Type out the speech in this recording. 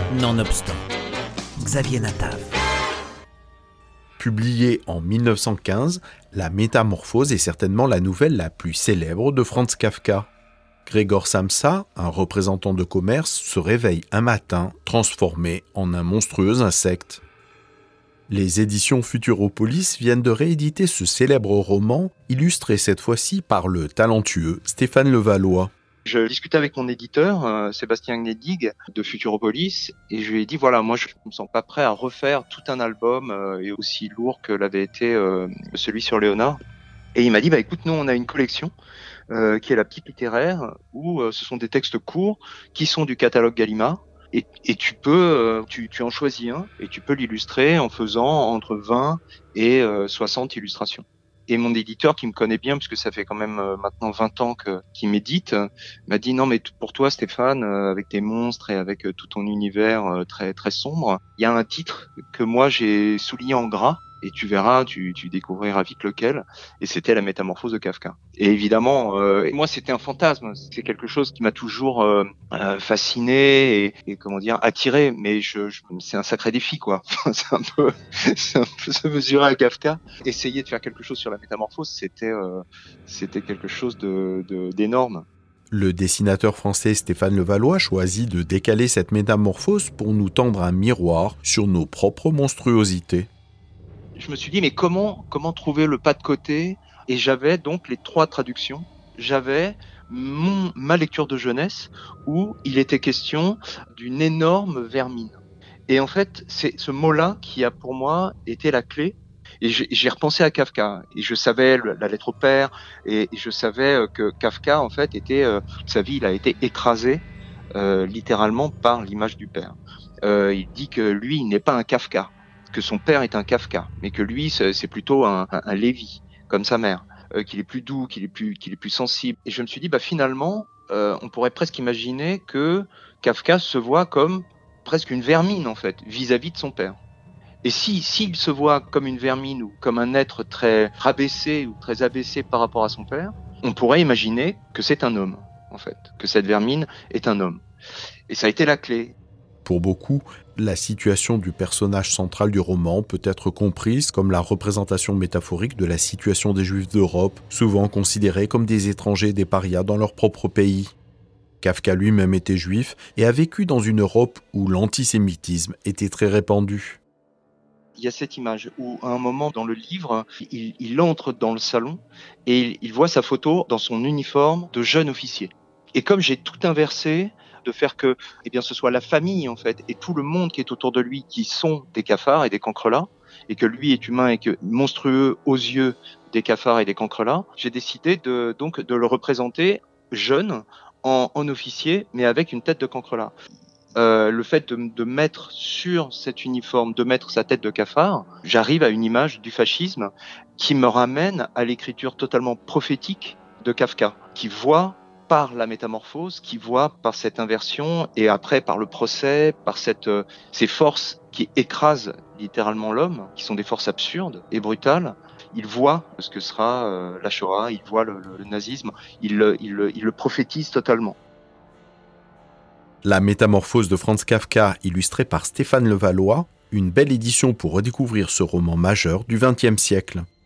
Nonobstant, Xavier Natav. Publiée en 1915, La Métamorphose est certainement la nouvelle la plus célèbre de Franz Kafka. Gregor Samsa, un représentant de commerce, se réveille un matin transformé en un monstrueux insecte. Les éditions Futuropolis viennent de rééditer ce célèbre roman, illustré cette fois-ci par le talentueux Stéphane Levallois. Je discutais avec mon éditeur, Sébastien Gnedig, de Futuropolis, et je lui ai dit, voilà, moi je me sens pas prêt à refaire tout un album et aussi lourd que l'avait été celui sur Léonard. Et il m'a dit, écoute, nous on a une collection qui est la Petite Littéraire, où ce sont des textes courts qui sont du catalogue Gallimard, et tu peux, tu en choisis un, et tu peux l'illustrer en faisant entre 20 et 60 illustrations. Et mon éditeur, qui me connaît bien, puisque ça fait quand même maintenant 20 ans qu'il m'édite, m'a dit non, mais pour toi, Stéphane, avec tes monstres et avec tout ton univers très très sombre, il y a un titre que moi j'ai souligné en gras, et tu verras, tu découvriras vite lequel. Et c'était La Métamorphose de Kafka. Et évidemment, moi c'était un fantasme, c'est quelque chose qui m'a toujours fasciné et comment dire attiré. Mais c'est un sacré défi quoi. c'est un peu se mesurer à Kafka. Essayer de faire quelque chose sur La Métamorphose, c'était quelque chose d'énorme. Le dessinateur français Stéphane Levallois choisit de décaler cette métamorphose pour nous tendre un miroir sur nos propres monstruosités. Je me suis dit, mais comment trouver le pas de côté? Et j'avais donc les 3 traductions. J'avais ma lecture de jeunesse où il était question d'une énorme vermine. Et en fait, c'est ce mot-là qui a pour moi été la clé. Et j'ai repensé à Kafka. Et je savais la lettre au père. Et je savais que Kafka, en fait, sa vie, il a été écrasé littéralement par l'image du père. Il dit que lui, il n'est pas un Kafka, que son père est un Kafka, mais que lui, c'est plutôt un Lévi, comme sa mère, qu'il est plus doux, qu'il est plus sensible. Et je me suis dit, finalement, on pourrait presque imaginer que Kafka se voit comme presque une vermine, en fait, vis-à-vis de son père. Et s'il se voit comme une vermine ou comme un être très rabaissé ou très abaissé par rapport à son père, on pourrait imaginer que c'est un homme, en fait, que cette vermine est un homme. Et ça a été la clé. Pour beaucoup, la situation du personnage central du roman peut être comprise comme la représentation métaphorique de la situation des Juifs d'Europe, souvent considérés comme des étrangers et des parias dans leur propre pays. Kafka lui-même était juif et a vécu dans une Europe où l'antisémitisme était très répandu. Il y a cette image où, à un moment dans le livre, il entre dans le salon et il voit sa photo dans son uniforme de jeune officier. Et comme j'ai tout inversé, de faire que ce soit la famille en fait et tout le monde qui est autour de lui qui sont des cafards et des cancrelats et que lui est humain et que monstrueux aux yeux des cafards et des cancrelats, j'ai décidé de le représenter jeune en officier mais avec une tête de cancrelat. Le fait de mettre sur cet uniforme, de mettre sa tête de cafard, j'arrive à une image du fascisme qui me ramène à l'écriture totalement prophétique de Kafka, qui voit par la métamorphose, qui voit par cette inversion et après par le procès, par ces forces qui écrasent littéralement l'homme, qui sont des forces absurdes et brutales. Il voit ce que sera la Shoah, il voit le nazisme, il le prophétise totalement. La Métamorphose de Franz Kafka, illustrée par Stéphane Levallois, une belle édition pour redécouvrir ce roman majeur du XXe siècle.